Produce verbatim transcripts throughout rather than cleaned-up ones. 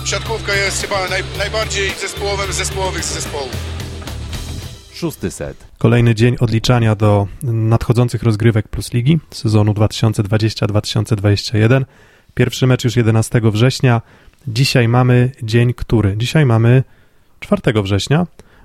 siatkówka jest chyba naj, najbardziej zespołowym z zespołowych z zespołów. Szósty set. Kolejny dzień odliczania do nadchodzących rozgrywek Plus Ligi sezonu dwa tysiące dwudziestego dwa tysiące dwudziestego pierwszego. Pierwszy mecz już jedenastego września. Dzisiaj mamy dzień który? Dzisiaj mamy czwartego września.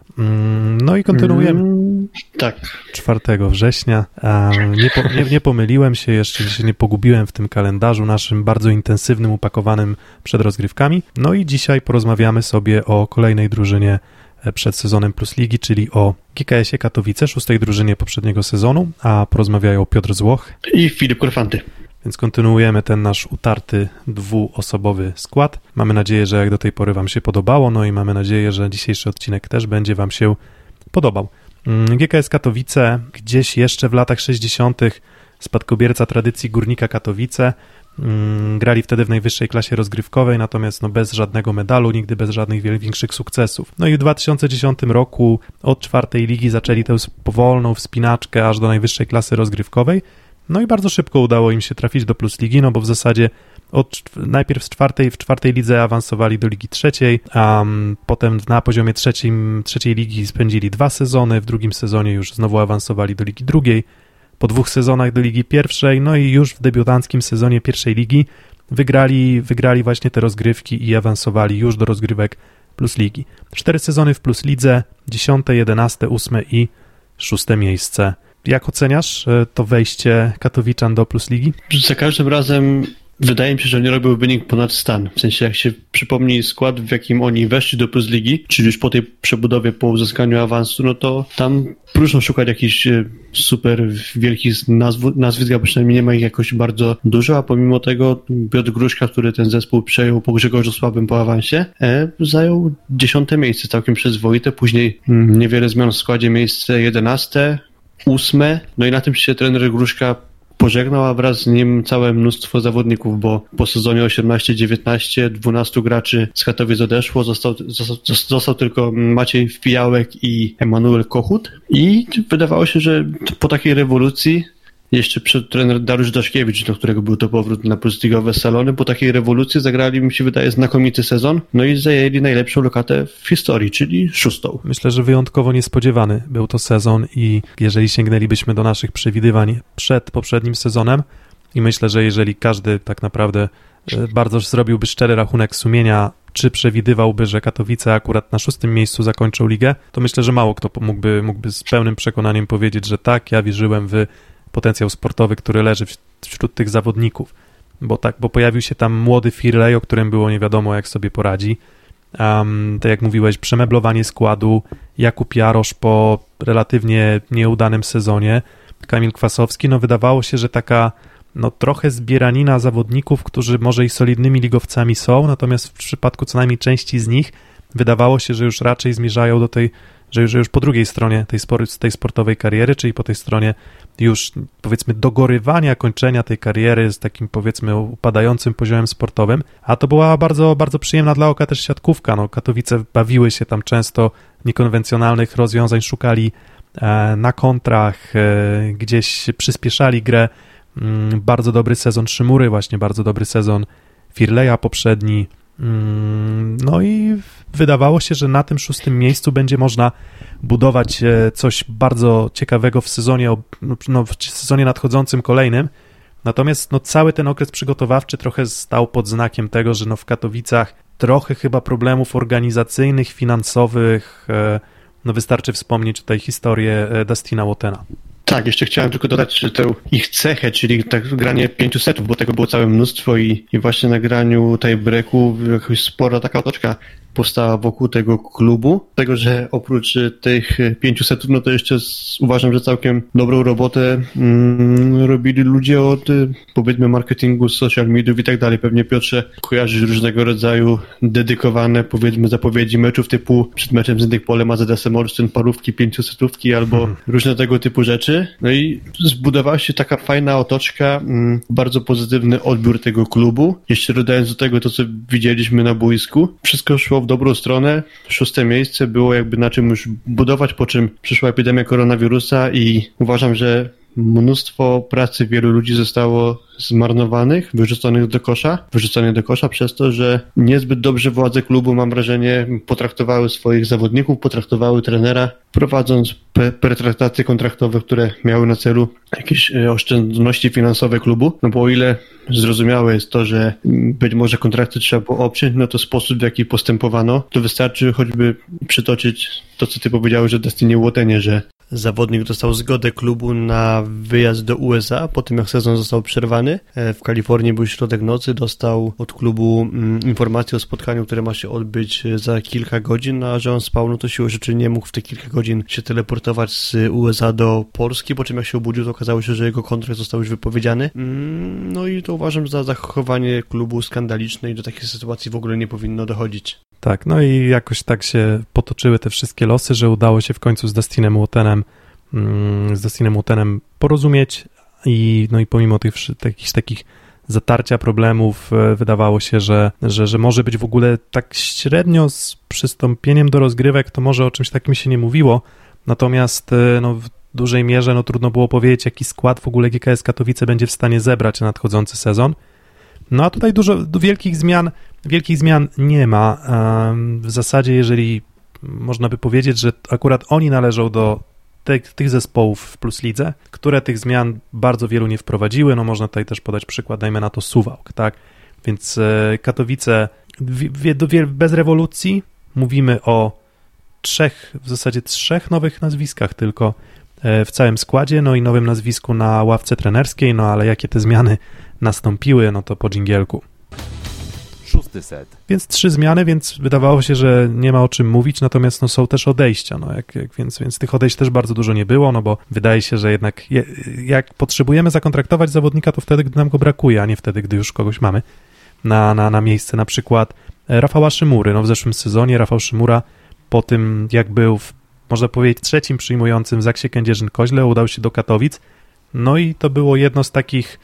No i kontynuujemy. Mm, tak. czwartego września. Nie, po, nie, nie pomyliłem się, jeszcze się nie pogubiłem w tym kalendarzu naszym bardzo intensywnym, upakowanym przed rozgrywkami. No i dzisiaj porozmawiamy sobie o kolejnej drużynie przed sezonem Plus Ligi, czyli o G K S-ie Katowice, szóstej drużynie poprzedniego sezonu, a porozmawiają Piotr Złoch i Filip Korfanty. Więc kontynuujemy ten nasz utarty dwuosobowy skład. Mamy nadzieję, że jak do tej pory Wam się podobało, no i mamy nadzieję, że dzisiejszy odcinek też będzie Wam się podobał. G K S Katowice gdzieś jeszcze w latach sześćdziesiątych spadkobierca tradycji Górnika Katowice. Grali wtedy w najwyższej klasie rozgrywkowej, natomiast no bez żadnego medalu, nigdy bez żadnych większych sukcesów. No i w dwa tysiące dziesiątym roku od czwartej ligi zaczęli tę powolną wspinaczkę aż do najwyższej klasy rozgrywkowej. No i bardzo szybko udało im się trafić do Plus Ligi, no bo w zasadzie od, najpierw z czwartej, w czwartej lidze awansowali do Ligi Trzeciej, a um, potem na poziomie trzecim, trzeciej ligi spędzili dwa sezony, w drugim sezonie już znowu awansowali do Ligi Drugiej, po dwóch sezonach do Ligi Pierwszej, no i już w debiutanckim sezonie pierwszej ligi wygrali, wygrali właśnie te rozgrywki i awansowali już do rozgrywek Plus Ligi. Cztery sezony w Plus Lidze, dziesiąte, jedenaste, ósme i szóste miejsce. Jak oceniasz to wejście Katowiczan do Plus Ligi? Za każdym razem wydaje mi się, że nie robił wynik ponad stan. W sensie jak się przypomni skład, w jakim oni weszli do Plus Ligi, czyli już po tej przebudowie, po uzyskaniu awansu, no to tam próżno szukać jakichś super wielkich nazw, nazwisk, a przynajmniej nie ma ich jakoś bardzo dużo, a pomimo tego Piotr Gruszka, który ten zespół przejął po Grzegorzu Słabym po awansie, e, zajął dziesiąte miejsce, całkiem przyzwoite. Później mm, niewiele zmian w składzie, miejsce jedenaste, ósme, no i na tym się trener Gruszka pożegnał, a wraz z nim całe mnóstwo zawodników, bo po sezonie osiemnaście dziewiętnaście dwunastu graczy z Katowic odeszło, został, został, został tylko Maciej Wpijałek i Emanuel Kochut i wydawało się, że po takiej rewolucji jeszcze przed trener Dariusz Daszkiewicz, do którego był to powrót na plusligowe salony, po takiej rewolucji zagrali, mi się wydaje, znakomity sezon, no i zajęli najlepszą lokatę w historii, czyli szóstą. Myślę, że wyjątkowo niespodziewany był to sezon i jeżeli sięgnęlibyśmy do naszych przewidywań przed poprzednim sezonem i myślę, że jeżeli każdy tak naprawdę bardzo zrobiłby szczery rachunek sumienia, czy przewidywałby, że Katowice akurat na szóstym miejscu zakończą ligę, to myślę, że mało kto mógłby, mógłby z pełnym przekonaniem powiedzieć, że tak, ja wierzyłem w potencjał sportowy, który leży wśród tych zawodników, bo tak, bo pojawił się tam młody Firley, o którym było nie wiadomo, jak sobie poradzi. Um, tak jak mówiłeś, przemeblowanie składu, Jakub Jarosz po relatywnie nieudanym sezonie, Kamil Kwasowski, no wydawało się, że taka no trochę zbieranina zawodników, którzy może i solidnymi ligowcami są, natomiast w przypadku co najmniej części z nich wydawało się, że już raczej zmierzają do tej, że już, że już po drugiej stronie tej, spor, tej sportowej kariery, czyli po tej stronie już powiedzmy dogorywania, kończenia tej kariery z takim powiedzmy upadającym poziomem sportowym, a to była bardzo, bardzo przyjemna dla oka też siatkówka. No, Katowice bawiły się tam często, niekonwencjonalnych rozwiązań szukali e, na kontrach, e, gdzieś przyspieszali grę. Mm, bardzo dobry sezon Szymury, właśnie bardzo dobry sezon Firleja poprzedni. No i wydawało się, że na tym szóstym miejscu będzie można budować coś bardzo ciekawego w sezonie, no, w sezonie nadchodzącym kolejnym. Natomiast no, cały ten okres przygotowawczy trochę stał pod znakiem tego, że no, w Katowicach trochę chyba problemów organizacyjnych, finansowych. No, wystarczy wspomnieć tutaj historię Dustina Wattena. Tak, jeszcze chciałem tylko dodać że tę ich cechę, czyli tak granie pięciu setów, bo tego było całe mnóstwo i, i właśnie na graniu tiebreaku jakoś spora taka otoczka powstała wokół tego klubu. Tego, że oprócz tych pięciu setów, no to jeszcze z, uważam, że całkiem dobrą robotę mm, robili ludzie od powiedzmy marketingu, social mediów i tak dalej. Pewnie Piotrze kojarzysz różnego rodzaju dedykowane powiedzmy zapowiedzi meczów typu przed meczem z Indykpolem a Z S M Olsztyn, parówki, pięciosetówki albo hmm. różne tego typu rzeczy. No i zbudowała się taka fajna otoczka, mm, bardzo pozytywny odbiór tego klubu. Jeszcze dodając do tego to, co widzieliśmy na boisku, wszystko szło w dobrą stronę. Szóste miejsce było jakby na czym już budować, po czym przyszła epidemia koronawirusa i uważam, że mnóstwo pracy wielu ludzi zostało zmarnowanych, wyrzuconych do kosza, wyrzuconych do kosza przez to, że niezbyt dobrze władze klubu, mam wrażenie, potraktowały swoich zawodników, potraktowały trenera, prowadząc pe- pertraktacje kontraktowe, które miały na celu jakieś oszczędności finansowe klubu, no bo o ile zrozumiałe jest to, że być może kontrakty trzeba było obciąć, no to sposób, w jaki postępowano, to wystarczy choćby przytoczyć to, co ty powiedziałeś o Dustinie Waltenie, że zawodnik dostał zgodę klubu na wyjazd do U S A po tym, jak sezon został przerwany. W Kalifornii był środek nocy, dostał od klubu informację o spotkaniu, które ma się odbyć za kilka godzin, a że on spał, no to siłą rzeczy nie mógł w te kilka godzin się teleportować z U S A do Polski, po czym jak się obudził, to okazało się, że jego kontrakt został już wypowiedziany. No i to uważam za zachowanie klubu skandaliczne i do takiej sytuacji w ogóle nie powinno dochodzić. Tak, no i jakoś tak się potoczyły te wszystkie losy, że udało się w końcu z Dustinem Waltenem, z Dustinem Waltenem porozumieć i no i pomimo tych jakichś takich zatarcia problemów wydawało się, że, że, że może być w ogóle tak średnio z przystąpieniem do rozgrywek, to może o czymś takim się nie mówiło, natomiast no, w dużej mierze no, trudno było powiedzieć, jaki skład w ogóle G K S Katowice będzie w stanie zebrać na nadchodzący sezon. No a tutaj dużo wielkich zmian, wielkich zmian nie ma. W zasadzie, jeżeli można by powiedzieć, że akurat oni należą do tych, tych zespołów w Plus Lidze, które tych zmian bardzo wielu nie wprowadziły. No można tutaj też podać przykład, dajmy na to Suwałk, tak? Więc Katowice w, w, bez rewolucji, mówimy o trzech, w zasadzie trzech nowych nazwiskach tylko w całym składzie, no i nowym nazwisku na ławce trenerskiej, no ale jakie te zmiany nastąpiły, no to po dżingielku. Szósty set. Więc trzy zmiany, więc wydawało się, że nie ma o czym mówić, natomiast no, są też odejścia, no, jak, jak, więc, więc tych odejść też bardzo dużo nie było, no bo wydaje się, że jednak je, jak potrzebujemy zakontraktować zawodnika, to wtedy, gdy nam go brakuje, a nie wtedy, gdy już kogoś mamy na, na, na miejsce. Na przykład Rafała Szymury, no w zeszłym sezonie Rafał Szymura po tym, jak był w, można powiedzieć, trzecim przyjmującym w Zaksie Kędzierzyn-Koźle, udał się do Katowic, no i to było jedno z takich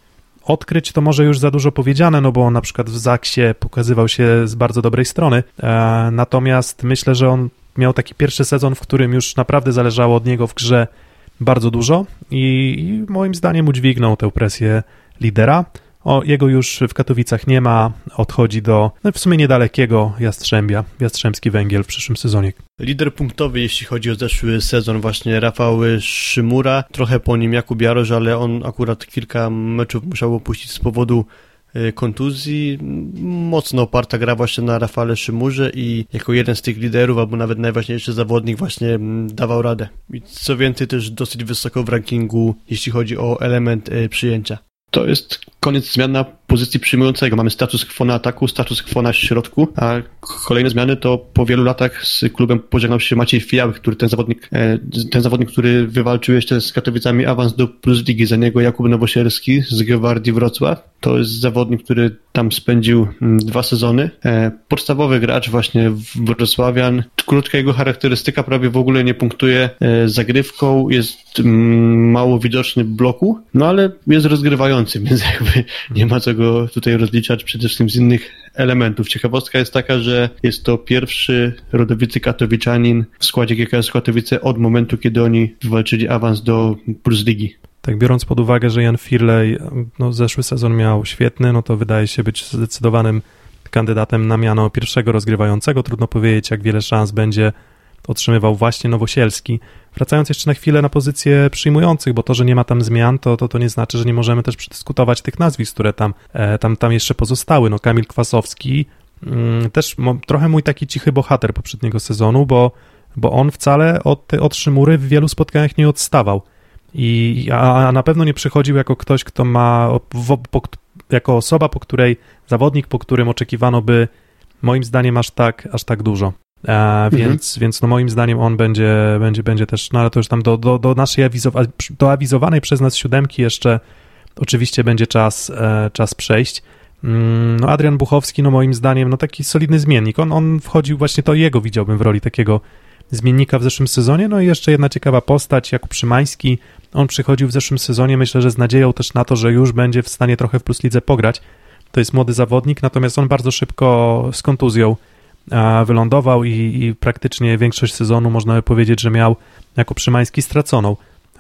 odkryć, to może już za dużo powiedziane, no bo on na przykład w Zaksie pokazywał się z bardzo dobrej strony, e, natomiast myślę, że on miał taki pierwszy sezon, w którym już naprawdę zależało od niego w grze bardzo dużo i, i moim zdaniem udźwignął tę presję lidera. O, jego już w Katowicach nie ma, odchodzi do no w sumie niedalekiego Jastrzębia, Jastrzębski Węgiel w przyszłym sezonie. Lider punktowy, jeśli chodzi o zeszły sezon, właśnie Rafał Szymura, trochę po nim Jakub Jarosz, ale on akurat kilka meczów musiał opuścić z powodu kontuzji. Mocno oparta gra właśnie na Rafale Szymurze i jako jeden z tych liderów, albo nawet najważniejszy zawodnik właśnie dawał radę. I co więcej też dosyć wysoko w rankingu, jeśli chodzi o element przyjęcia. To jest koniec zmian na pozycji przyjmującego. Mamy status quo na ataku, status quo na środku, a kolejne zmiany to po wielu latach z klubem pożegnał się Maciej Fijały, który ten zawodnik, ten zawodnik, który wywalczył jeszcze z Katowicami awans do Plus Ligi, za niego Jakub Nowosielski z Gwardii Wrocław. To jest zawodnik, który tam spędził dwa sezony. Podstawowy gracz właśnie Wrocławian. Krótka jego charakterystyka, prawie w ogóle nie punktuje zagrywką, jest mało widoczny w bloku, no ale jest rozgrywający, więc jakby nie ma co go tutaj rozliczać przede wszystkim z innych elementów. Ciekawostka jest taka, że jest to pierwszy rodowity katowiczanin w składzie G K S Katowice od momentu, kiedy oni wywalczyli awans do Plus Ligi. Tak, biorąc pod uwagę, że Jan Firlej no, zeszły sezon miał świetny, no to wydaje się być zdecydowanym kandydatem na miano pierwszego rozgrywającego. Trudno powiedzieć, jak wiele szans będzie otrzymywał właśnie Nowosielski. Wracając jeszcze na chwilę na pozycję przyjmujących, bo to, że nie ma tam zmian, to, to, to nie znaczy, że nie możemy też przedyskutować tych nazwisk, które tam, e, tam, tam jeszcze pozostały. No Kamil Kwasowski, mm, też mo, trochę mój taki cichy bohater poprzedniego sezonu, bo, bo on wcale od, od Szymury w wielu spotkaniach nie odstawał. I, a, a na pewno nie przychodził jako ktoś, kto ma, w, po, jako osoba, po której, zawodnik, po którym oczekiwano by, moim zdaniem, aż tak, aż tak dużo. A, mhm. Więc, więc no moim zdaniem on będzie, będzie, będzie też, no ale to już tam do, do, do naszej awizowa- do awizowanej przez nas siódemki jeszcze oczywiście będzie czas, e, czas przejść. Mm, no Adrian Buchowski, no moim zdaniem, no taki solidny zmiennik. On, on wchodził, właśnie to jego widziałbym w roli takiego zmiennika w zeszłym sezonie. No i jeszcze jedna ciekawa postać, Jakub Szymański. On przychodził w zeszłym sezonie, myślę, że z nadzieją też na to, że już będzie w stanie trochę w Plus Lidze pograć. To jest młody zawodnik, natomiast on bardzo szybko z kontuzją wylądował i, i praktycznie większość sezonu można by powiedzieć, że miał jako Szymański straconą.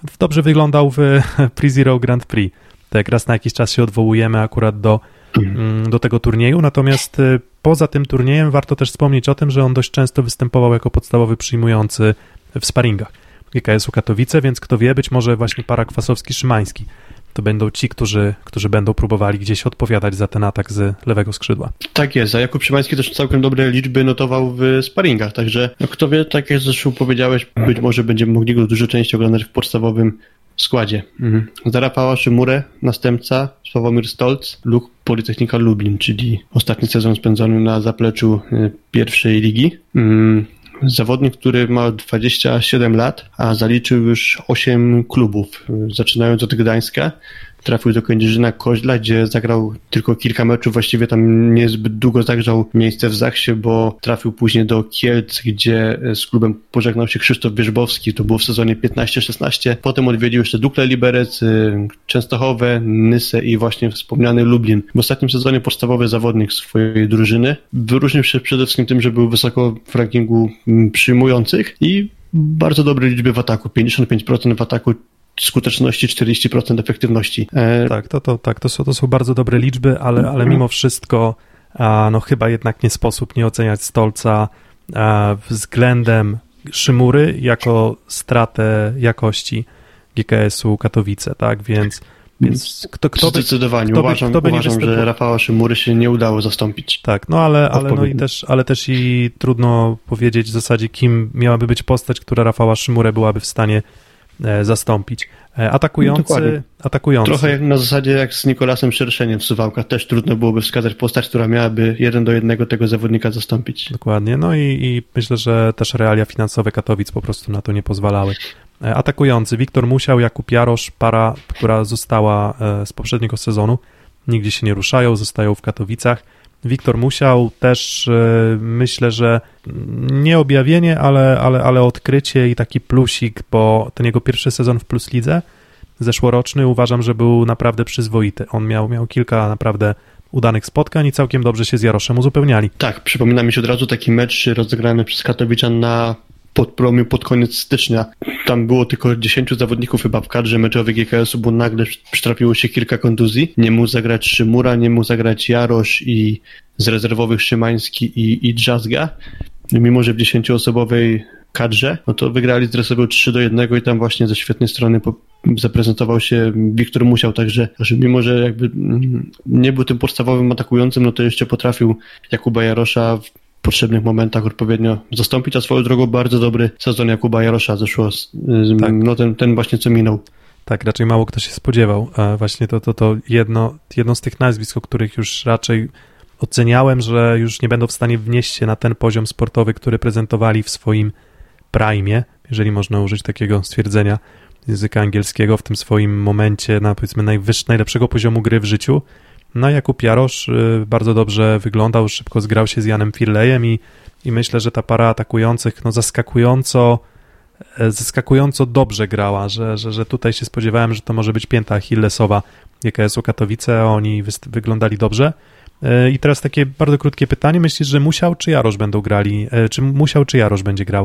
dobrze wyglądał w Pre-Zero Grand Prix. Tak raz na jakiś czas się odwołujemy akurat do, do tego turnieju, natomiast poza tym turniejem warto też wspomnieć o tym, że on dość często występował jako podstawowy przyjmujący w sparingach G K S-u Katowice, więc kto wie, być może właśnie para Kwasowski-Szymański to będą ci, którzy, którzy będą próbowali gdzieś odpowiadać za ten atak z lewego skrzydła. Tak jest, a Jakub Szymański też całkiem dobre liczby notował w sparingach, także no kto wie, tak jak zresztą powiedziałeś, być może będziemy mogli go dużo częściej oglądać w podstawowym składzie. Mhm. Za Rafała Szymurę, następca Sławomir Stolc, Luk Politechnika Lublin, czyli ostatni sezon spędzony na zapleczu pierwszej ligi. Mhm. Zawodnik, który ma dwadzieścia siedem lat, a zaliczył już osiem klubów, zaczynając od Gdańska. Trafił do Kędzierzyna Koźla, gdzie zagrał tylko kilka meczów, właściwie tam niezbyt długo zagrzał miejsce w Zachsie, bo trafił później do Kielc, gdzie z klubem pożegnał się Krzysztof Wierzbowski, to było w sezonie piętnaście szesnaście. Potem odwiedził jeszcze Dukle Liberec, Częstochowę, Nysę i właśnie wspomniany Lublin. W ostatnim sezonie podstawowy zawodnik swojej drużyny. Wyróżnił się przede wszystkim tym, że był wysoko w rankingu przyjmujących i bardzo dobre liczby w ataku, pięćdziesiąt pięć procent w ataku, skuteczności, czterdzieści procent efektywności. E... Tak, to, to, tak to, są, to są bardzo dobre liczby, ale, ale mimo wszystko a, no chyba jednak nie sposób nie oceniać Stolca a, względem Szymury jako stratę jakości G K S-u Katowice, tak, więc Więc kto, kto Zdecydowanie. Kto uważam, kto uważam że Rafała Szymury się nie udało zastąpić. Tak, no ale, ale, no i też, ale też i trudno powiedzieć w zasadzie, kim miałaby być postać, która Rafała Szymurę byłaby w stanie e, zastąpić. E, atakujący, no atakujący. Trochę jak na zasadzie jak z Nikolasem Szerszeniem w Suwałkach. Też trudno byłoby wskazać postać, która miałaby jeden do jednego tego zawodnika zastąpić. Dokładnie. No i, i myślę, że też realia finansowe Katowic po prostu na to nie pozwalały. Atakujący Wiktor Musiał, Jakub Jarosz, para, która została z poprzedniego sezonu. Nigdzie się nie ruszają, zostają w Katowicach. Wiktor Musiał też myślę, że nie objawienie, ale, ale, ale odkrycie i taki plusik, bo ten jego pierwszy sezon w Plus Lidze, zeszłoroczny, uważam, że był naprawdę przyzwoity. On miał, miał kilka naprawdę udanych spotkań i całkiem dobrze się z Jaroszem uzupełniali. Tak, przypomina mi się od razu taki mecz rozegrany przez Katowiczan na podpromiu pod koniec stycznia. Tam było tylko dziesięciu zawodników chyba w kadrze meczowej G K S-u, bo nagle przytrafiło się kilka kontuzji. Nie mógł zagrać Szymura, nie mógł zagrać Jarosz i z rezerwowych Szymański i, i Drzazga. Mimo że w dziesięcioosobowej kadrze, no to wygrali z Dresową trzy do jednego i tam właśnie ze świetnej strony po, zaprezentował się Wiktor Musiał, także że mimo, że jakby nie był tym podstawowym atakującym, no to jeszcze potrafił Jakuba Jarosza w potrzebnych momentach odpowiednio zastąpić, a swoją drogą bardzo dobry sezon Jakuba Jarosza zeszło, tak. no ten, ten właśnie co minął. Tak, raczej mało kto się spodziewał. A właśnie to, to, to jedno, jedno z tych nazwisk, o których już raczej oceniałem, że już nie będą w stanie wnieść się na ten poziom sportowy, który prezentowali w swoim prime, jeżeli można użyć takiego stwierdzenia języka angielskiego, w tym swoim momencie na powiedzmy najwyższego, najlepszego poziomu gry w życiu. No Jakub Jarosz bardzo dobrze wyglądał, szybko zgrał się z Janem Firlejem i, i myślę, że ta para atakujących no zaskakująco zaskakująco dobrze grała, że, że, że tutaj się spodziewałem, że to może być pięta achillesowa G K S-u Katowice, a oni wy, wyglądali dobrze. I teraz takie bardzo krótkie pytanie, myślisz, że Musiał czy Jarosz będą grali, czy Musiał czy Jarosz będzie grał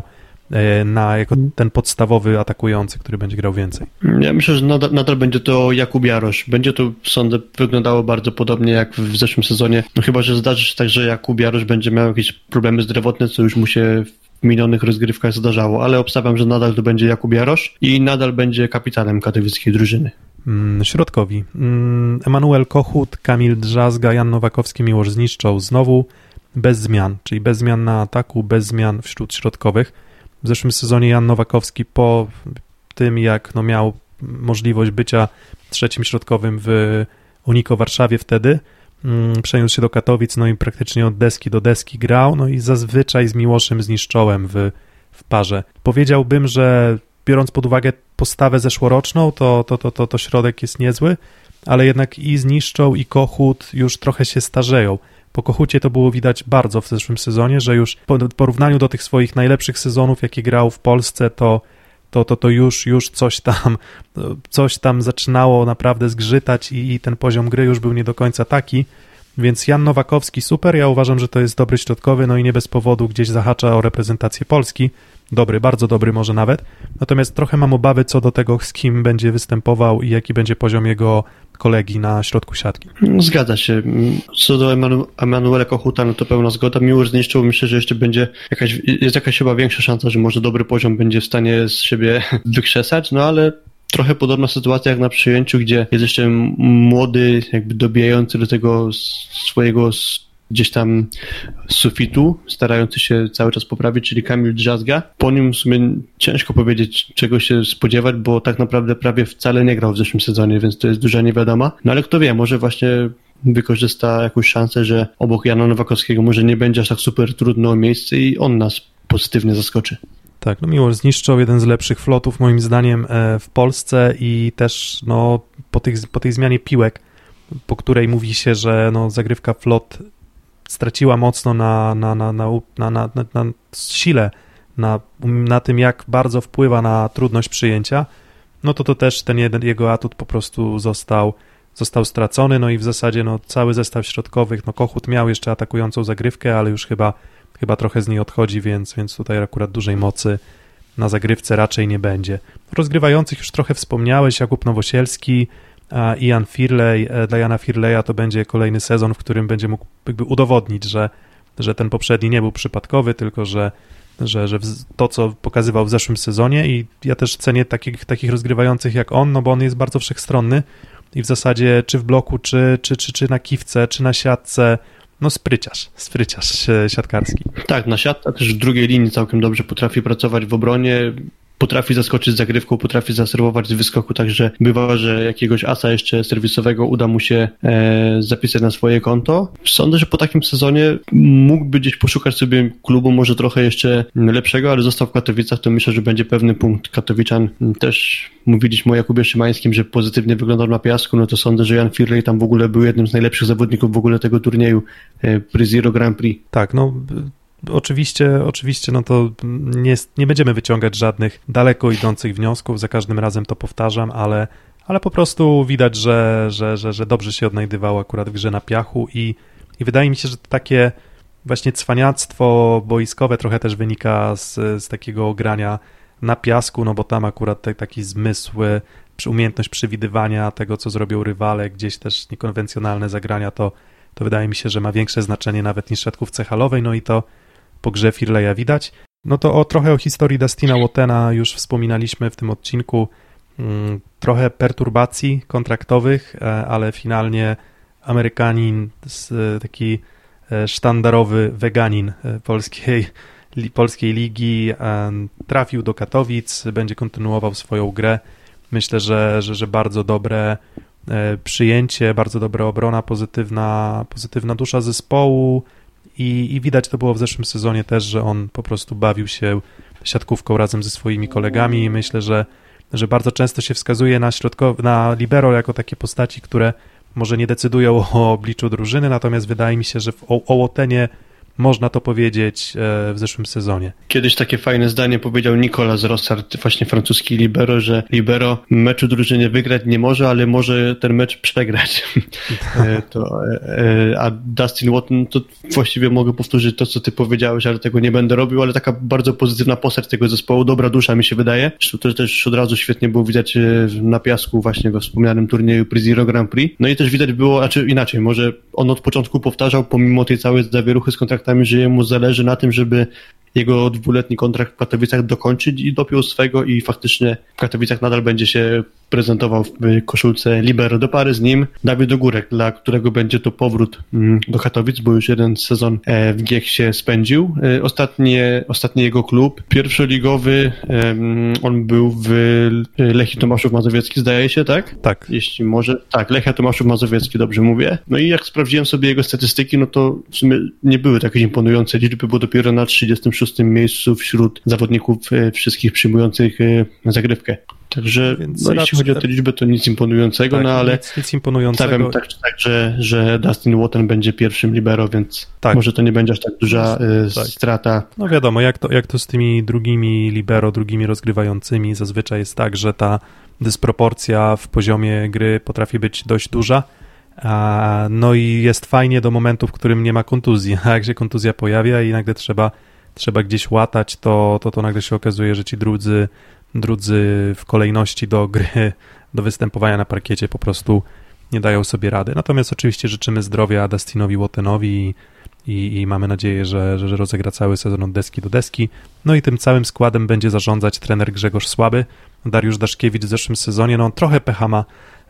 na jako ten podstawowy atakujący, który będzie grał więcej? Ja myślę, że nadal, nadal będzie to Jakub Jarosz. Będzie to, sądzę, wyglądało bardzo podobnie jak w zeszłym sezonie. No chyba, że zdarzy się tak, że Jakub Jarosz będzie miał jakieś problemy zdrowotne, co już mu się w minionych rozgrywkach zdarzało, ale obstawiam, że nadal to będzie Jakub Jarosz i nadal będzie kapitanem katowickiej drużyny. Środkowi. Emanuel Kochut, Kamil Drzazga, Jan Nowakowski, Miłosz Zniszczał. Znowu bez zmian, czyli bez zmian na ataku, bez zmian wśród środkowych. W zeszłym sezonie Jan Nowakowski po tym, jak no miał możliwość bycia trzecim środkowym w Uniko Warszawie wtedy, mm, przeniósł się do Katowic, no i praktycznie od deski do deski grał, no i zazwyczaj z Miłoszem Zniszczołem w, w parze. Powiedziałbym, że biorąc pod uwagę postawę zeszłoroczną, to, to, to, to, to środek jest niezły, ale jednak i Zniszczą, i Kochut już trochę się starzeją. Po Kochucie to było widać bardzo w zeszłym sezonie, że już w porównaniu do tych swoich najlepszych sezonów, jakie grał w Polsce, to, to, to, to już, już coś tam coś tam zaczynało naprawdę zgrzytać i, i ten poziom gry już był nie do końca taki, więc Jan Nowakowski super, ja uważam, że to jest dobry środkowy, no i nie bez powodu gdzieś zahacza o reprezentację Polski, dobry, bardzo dobry może nawet, natomiast trochę mam obawy co do tego, z kim będzie występował i jaki będzie poziom jego kolegi na środku siatki. Zgadza się. Co do Emanu- Emanuela Kochuta, no to pełna zgoda. Miłosz zniszczył, myślę, że jeszcze będzie jakaś, jest jakaś chyba większa szansa, że może dobry poziom będzie w stanie z siebie wykrzesać, no ale trochę podobna sytuacja jak na przyjęciu, gdzie jest jeszcze młody, jakby dobijający do tego swojego gdzieś tam sufitu, starający się cały czas poprawić, czyli Kamil Drzazga. Po nim w sumie ciężko powiedzieć, czego się spodziewać, bo tak naprawdę prawie wcale nie grał w zeszłym sezonie, więc to jest duża niewiadoma. No ale kto wie, może właśnie wykorzysta jakąś szansę, że obok Jana Nowakowskiego może nie będzie aż tak super trudno o miejsce i on nas pozytywnie zaskoczy. Tak, no Miłosz zniszczył jeden z lepszych flotów moim zdaniem w Polsce i też no, po, tych, po tej zmianie piłek, po której mówi się, że no, zagrywka flot straciła mocno na, na, na, na, na, na, na, na sile, na, na tym, jak bardzo wpływa na trudność przyjęcia, no to to też ten jeden, jego atut po prostu został, został stracony, no i w zasadzie no, cały zestaw środkowych, no Kochut miał jeszcze atakującą zagrywkę, ale już chyba, chyba trochę z niej odchodzi, więc, więc tutaj akurat dużej mocy na zagrywce raczej nie będzie. Rozgrywających już trochę wspomniałeś, Jakub Nowosielski, i Ian Firley. Dla Jana Firleya to będzie kolejny sezon, w którym będzie mógł jakby udowodnić, że, że ten poprzedni nie był przypadkowy, tylko że, że, że to, co pokazywał w zeszłym sezonie i ja też cenię takich, takich rozgrywających jak on, no bo on jest bardzo wszechstronny i w zasadzie czy w bloku, czy, czy, czy, czy na kiwce, czy na siatce, no spryciarz, spryciarz siatkarski. Tak, na siatce też w drugiej linii całkiem dobrze potrafi pracować w obronie, potrafi zaskoczyć z zagrywką, potrafi zaserwować z wyskoku, także bywa, że jakiegoś asa jeszcze serwisowego uda mu się e, zapisać na swoje konto. Sądzę, że po takim sezonie mógłby gdzieś poszukać sobie klubu może trochę jeszcze lepszego, ale został w Katowicach, to myślę, że będzie pewny punkt Katowiczan. Też mówiliśmy o Jakubie Szymańskim, że pozytywnie wyglądał na piasku, no to sądzę, że Jan Firley tam w ogóle był jednym z najlepszych zawodników w ogóle tego turnieju e, Pre-Zero Grand Prix. Tak, no Oczywiście, oczywiście, no to nie, nie będziemy wyciągać żadnych daleko idących wniosków, za każdym razem to powtarzam, ale, ale po prostu widać, że, że, że, że dobrze się odnajdywał akurat w grze na piachu i, i wydaje mi się, że to takie właśnie cwaniactwo boiskowe trochę też wynika z, z takiego grania na piasku, no bo tam akurat te, taki zmysł, umiejętność przewidywania tego, co zrobią rywale, gdzieś też niekonwencjonalne zagrania, to, to wydaje mi się, że ma większe znaczenie nawet niż w siatkówce halowej, no i to po grze Firleya widać. No to o, trochę o historii Dustina Wattena już wspominaliśmy w tym odcinku. Hmm, trochę perturbacji kontraktowych, ale finalnie Amerykanin, taki sztandarowy weganin polskiej, polskiej ligi, trafił do Katowic, będzie kontynuował swoją grę. Myślę, że, że, że bardzo dobre przyjęcie, bardzo dobra obrona, pozytywna, pozytywna dusza zespołu. I, I widać to było w zeszłym sezonie też, że on po prostu bawił się siatkówką razem ze swoimi kolegami i myślę, że, że bardzo często się wskazuje na, środkow- na libero jako takie postaci, które może nie decydują o obliczu drużyny, natomiast wydaje mi się, że w, o, o Wattenie można to powiedzieć w zeszłym sezonie. Kiedyś takie fajne zdanie powiedział Nicolas Rossard, właśnie francuski libero, że libero meczu drużynie wygrać nie może, ale może ten mecz przegrać. to, a Dustin Watson, to właściwie mogę powtórzyć to, co ty powiedziałeś, ale tego nie będę robił, ale taka bardzo pozytywna postać tego zespołu, dobra dusza mi się wydaje. To też od razu świetnie było widać na piasku właśnie we wspomnianym turnieju Pre-Zero Grand Prix. No i też widać było, a czy inaczej, może on od początku powtarzał, pomimo tej całej zawieruchy z kontraktami, że jemu zależy na tym, żeby jego dwuletni kontrakt w Katowicach dokończyć i dopiął swego i faktycznie w Katowicach nadal będzie się prezentował w koszulce libero. Do pary z nim Dawid Ogórek, dla którego będzie to powrót do Katowic, bo już jeden sezon w G I E K się spędził. Ostatnie, ostatni jego klub, pierwszoligowy, on był w Lechii Tomaszów Mazowiecki, zdaje się, tak? Tak. Jeśli może, tak, Lechia Tomaszów Mazowiecki, dobrze mówię. No i jak sprawdziłem sobie jego statystyki, no to w sumie nie były takie imponujące liczby, bo dopiero na trzydziestym szóstym miejscu wśród zawodników wszystkich przyjmujących zagrywkę. Także no, jeśli chodzi o tę liczbę, to nic imponującego, tak, no ale nic, nic imponującego. stawiam tak czy tak, że, że Dustin Watten będzie pierwszym libero, więc tak. Może to nie będzie aż tak duża y, tak. strata. No wiadomo, jak to, jak to z tymi drugimi libero, drugimi rozgrywającymi, zazwyczaj jest tak, że ta dysproporcja w poziomie gry potrafi być dość duża. No i jest fajnie do momentu, w którym nie ma kontuzji, a jak się kontuzja pojawia i nagle trzeba trzeba gdzieś łatać, to, to, to nagle się okazuje, że ci drudzy, drudzy w kolejności do gry, do występowania na parkiecie po prostu nie dają sobie rady. Natomiast oczywiście życzymy zdrowia Dustinowi Wattenowi i, i, i mamy nadzieję, że, że, że rozegra cały sezon od deski do deski. No i tym całym składem będzie zarządzać trener Grzegorz Słaby. Dariusz Daszkiewicz w zeszłym sezonie, no on trochę pecha ma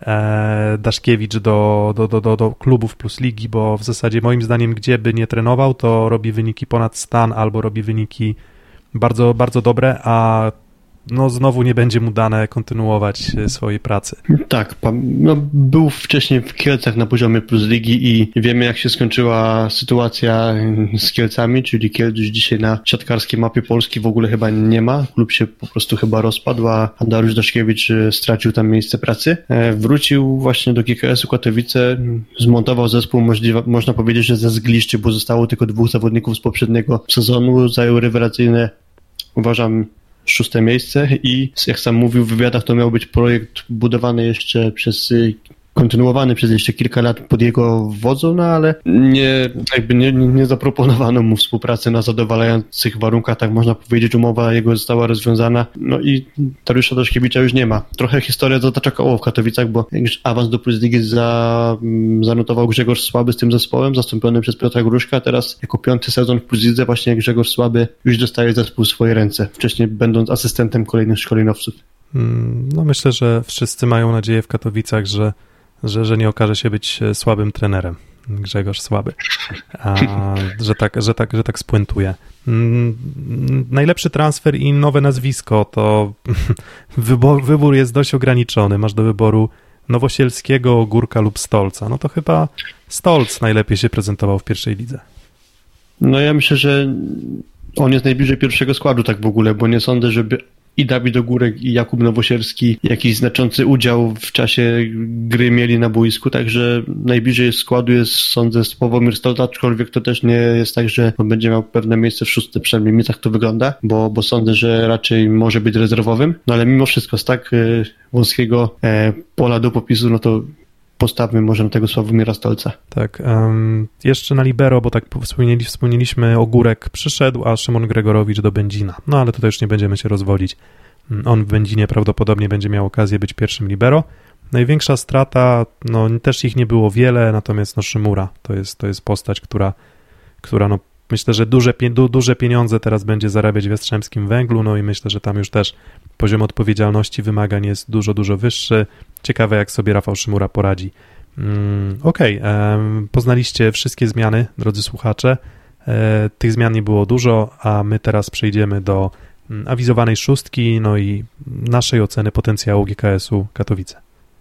e, Daszkiewicz do, do, do, do, do klubów plus ligi, bo w zasadzie moim zdaniem gdzie by nie trenował, to robi wyniki ponad stan albo robi wyniki bardzo, bardzo dobre, a no znowu nie będzie mu dane kontynuować swojej pracy. Tak, no, był wcześniej w Kielcach na poziomie plus ligi i wiemy, jak się skończyła sytuacja z Kielcami, czyli Kielc już dzisiaj na siatkarskiej mapie Polski w ogóle chyba nie ma. Klub się po prostu chyba rozpadł, a Dariusz Daszkiewicz stracił tam miejsce pracy. Wrócił właśnie do G K S-u Katowice, zmontował zespół, możliwe, można powiedzieć, że ze zgliszczy, bo zostało tylko dwóch zawodników z poprzedniego sezonu, zajął rewelacyjne, uważam, szóste miejsce i jak sam mówił w wywiadach, to miał być projekt budowany jeszcze przez, kontynuowany przez jeszcze kilka lat pod jego wodzą, no ale nie, jakby nie, nie zaproponowano mu współpracy na zadowalających warunkach, tak można powiedzieć, umowa jego została rozwiązana, no i Dariusza Daszkiewicza już nie ma. Trochę historia zatacza koło w Katowicach, bo awans do Plus Ligi za, zanotował Grzegorz Słaby z tym zespołem, zastąpiony przez Piotra Gruszka, teraz jako piąty sezon w Plus Lidze właśnie Grzegorz Słaby już dostaje zespół w swoje ręce, wcześniej będąc asystentem kolejnych szkoleniowców. No myślę, że wszyscy mają nadzieję w Katowicach, że Że, że nie okaże się być słabym trenerem, Grzegorz Słaby, a, że, tak, że, tak, że tak spuentuje. Najlepszy transfer i nowe nazwisko to wybór, wybór jest dość ograniczony. Masz do wyboru Nowosielskiego, Górka lub Stolca. No to chyba Stolc najlepiej się prezentował w pierwszej lidze. No ja myślę, że on jest najbliżej pierwszego składu tak w ogóle, bo nie sądzę, żeby i Dawid Ogórek, i Jakub Nowosielski jakiś znaczący udział w czasie gry mieli na boisku, także najbliżej składu jest, sądzę, Sławomir Stolc, aczkolwiek to też nie jest tak, że on będzie miał pewne miejsce w szóstce, przynajmniej mi tak to wygląda, bo, bo sądzę, że raczej może być rezerwowym, no ale mimo wszystko z tak e, wąskiego e, pola do popisu, no to postawmy może na tego Sławomira Stolca. Tak, um, jeszcze na libero, bo tak wspomnieli, wspomnieliśmy, Ogórek przyszedł, a Szymon Gregorowicz do Będzina. No ale tutaj już nie będziemy się rozwodzić. On w Będzinie prawdopodobnie będzie miał okazję być pierwszym libero. Największa strata, no też ich nie było wiele, natomiast no Szymura to jest, to jest postać, która, która no myślę, że duże, du, duże pieniądze teraz będzie zarabiać w Jastrzębskim Węglu, no i myślę, że tam już też poziom odpowiedzialności, wymagań jest dużo, dużo wyższy. Ciekawe, jak sobie Rafał Szymura poradzi. Mm, Okej, okay. Poznaliście wszystkie zmiany, drodzy słuchacze. E, tych zmian nie było dużo, a my teraz przejdziemy do awizowanej szóstki, no i naszej oceny potencjału G K S-u Katowice.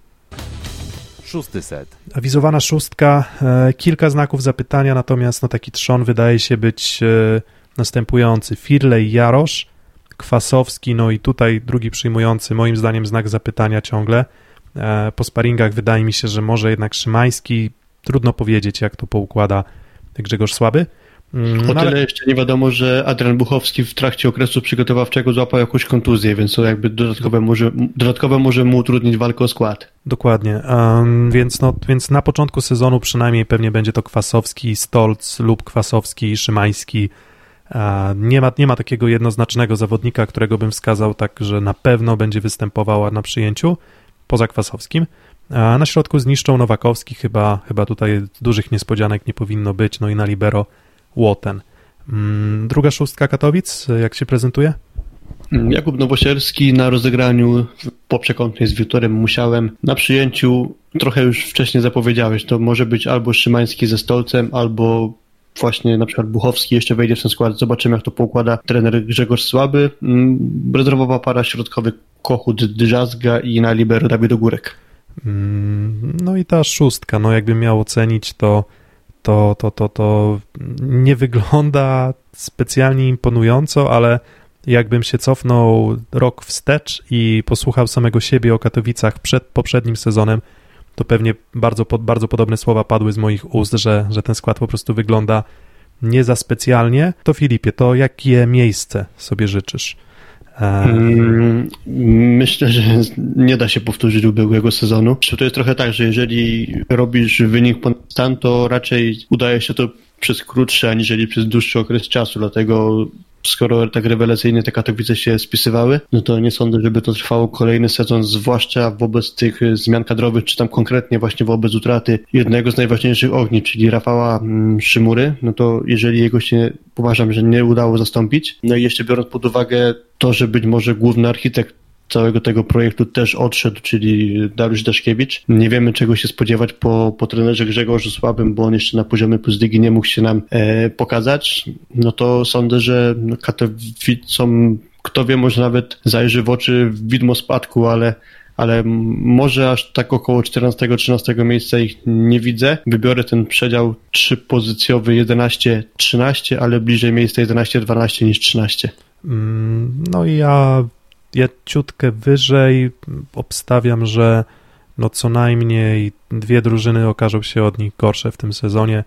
Szósty set. Awizowana szóstka, e, kilka znaków zapytania, natomiast no, taki trzon wydaje się być e, następujący. Firlej, Jarosz, Kwasowski, no i tutaj drugi przyjmujący, moim zdaniem znak zapytania ciągle. E, po sparingach wydaje mi się, że może jednak Szymański, trudno powiedzieć, jak to poukłada Grzegorz Słaby. O tyle ale... jeszcze nie wiadomo, że Adrian Buchowski w trakcie okresu przygotowawczego złapał jakąś kontuzję, więc to jakby dodatkowe może, dodatkowo może mu utrudnić walkę o skład. Dokładnie, um, więc, no, więc na początku sezonu przynajmniej pewnie będzie to Kwasowski, Stolc lub Kwasowski i Szymański. Uh, nie ma, nie ma takiego jednoznacznego zawodnika, którego bym wskazał tak, że na pewno będzie występował na przyjęciu, poza Kwasowskim. A na środku zniszczą Nowakowski, chyba, chyba tutaj dużych niespodzianek nie powinno być, no i na libero Łoten. Druga szóstka Katowic, jak się prezentuje? Jakub Nowosielski na rozegraniu po przekątnej z Wiktorem Musiałem. Na przyjęciu trochę już wcześniej zapowiedziałeś, to może być albo Szymański ze Stolcem, albo właśnie na przykład Buchowski jeszcze wejdzie w ten skład. Zobaczymy, jak to poukłada trener Grzegorz Słaby. Rezerwowa para środkowy Kochut Drzazga i na libero Dawid Ogórek. No i ta szóstka, no jakbym miał ocenić, to To, to, to, to nie wygląda specjalnie imponująco, ale jakbym się cofnął rok wstecz i posłuchał samego siebie o Katowicach przed poprzednim sezonem, to pewnie bardzo, bardzo podobne słowa padły z moich ust, że, że ten skład po prostu wygląda nie za specjalnie. To Filipie, to jakie miejsce sobie życzysz? Myślę, że nie da się powtórzyć ubiegłego sezonu. To jest trochę tak, że jeżeli robisz wynik ponad stan, to raczej udaje się to przez krótszy, aniżeli przez dłuższy okres czasu, dlatego skoro tak rewelacyjnie te Katowice się spisywały, no to nie sądzę, żeby to trwało kolejny sezon, zwłaszcza wobec tych zmian kadrowych, czy tam konkretnie właśnie wobec utraty jednego z najważniejszych ogni, czyli Rafała Szymury, no to jeżeli jego się uważam, że nie udało zastąpić, no i jeszcze biorąc pod uwagę to, że być może główny architekt całego tego projektu też odszedł, czyli Dariusz Daszkiewicz. Nie wiemy, czego się spodziewać po, po trenerze Grzegorzu Słabym, bo on jeszcze na poziomie plus ligi nie mógł się nam e, pokazać. No to sądzę, że Katowicom, kto wie, może nawet zajrzy w oczy widmo spadku, ale ale może aż tak około czternastego trzynastego miejsca ich nie widzę. Wybiorę ten przedział trzypozycjowy jedenaście trzynaście, ale bliżej miejsca jedenaście dwanaście niż trzynaście. No i ja Ja ciutkę wyżej obstawiam, że no co najmniej dwie drużyny okażą się od nich gorsze w tym sezonie.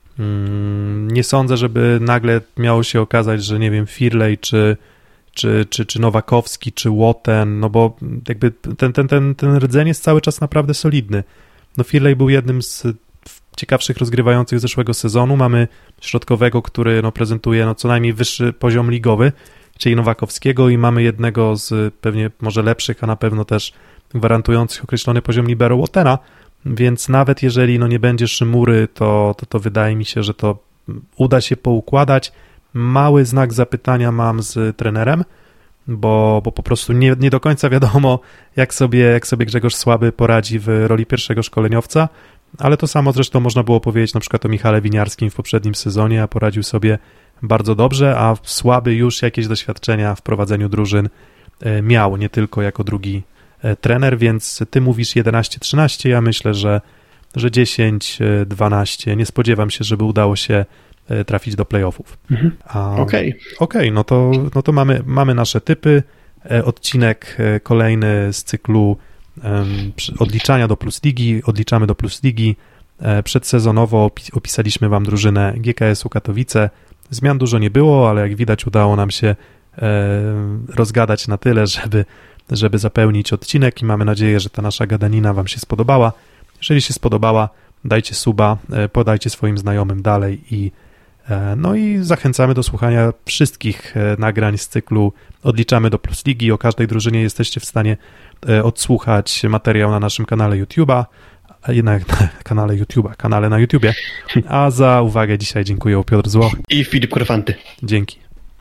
Nie sądzę, żeby nagle miało się okazać, że nie wiem, Firlej czy, czy, czy, czy Nowakowski, czy Łoten, no bo jakby ten, ten, ten, ten rdzeń jest cały czas naprawdę solidny. No Firlej był jednym z ciekawszych rozgrywających zeszłego sezonu. Mamy środkowego, który no prezentuje no co najmniej wyższy poziom ligowy, czyli Nowakowskiego, i mamy jednego z pewnie może lepszych, a na pewno też gwarantujących określony poziom libero Łotena, więc nawet jeżeli no nie będzie Szymury, to, to, to wydaje mi się, że to uda się poukładać. Mały znak zapytania mam z trenerem, bo, bo po prostu nie, nie do końca wiadomo, jak sobie, jak sobie Grzegorz Słaby poradzi w roli pierwszego szkoleniowca, ale to samo zresztą można było powiedzieć na przykład o Michale Winiarskim w poprzednim sezonie, a poradził sobie bardzo dobrze, a Słaby już jakieś doświadczenia w prowadzeniu drużyn miał, nie tylko jako drugi trener, więc ty mówisz jedenaście trzynaście, ja myślę, że, że dziesięć dwanaście. Nie spodziewam się, żeby udało się trafić do playoffów. Mhm. Okej. Okej, okay, no to, no to mamy, mamy nasze typy. Odcinek kolejny z cyklu um, odliczania do Plus Ligi. Odliczamy do Plus Ligi. Przedsezonowo opisaliśmy wam drużynę G K S-u Katowice. Zmian dużo nie było, ale jak widać udało nam się e, rozgadać na tyle, żeby, żeby zapełnić odcinek i mamy nadzieję, że ta nasza gadanina wam się spodobała. Jeżeli się spodobała, dajcie suba, e, podajcie swoim znajomym dalej i e, no i zachęcamy do słuchania wszystkich e, nagrań z cyklu Odliczamy do Plus Ligi. O każdej drużynie jesteście w stanie e, odsłuchać materiał na naszym kanale YouTube'a, na, na kanale YouTube'a, kanale na YouTubie. A za uwagę dzisiaj dziękuję Piotr Złoch i Filip Korfanty. Dzięki.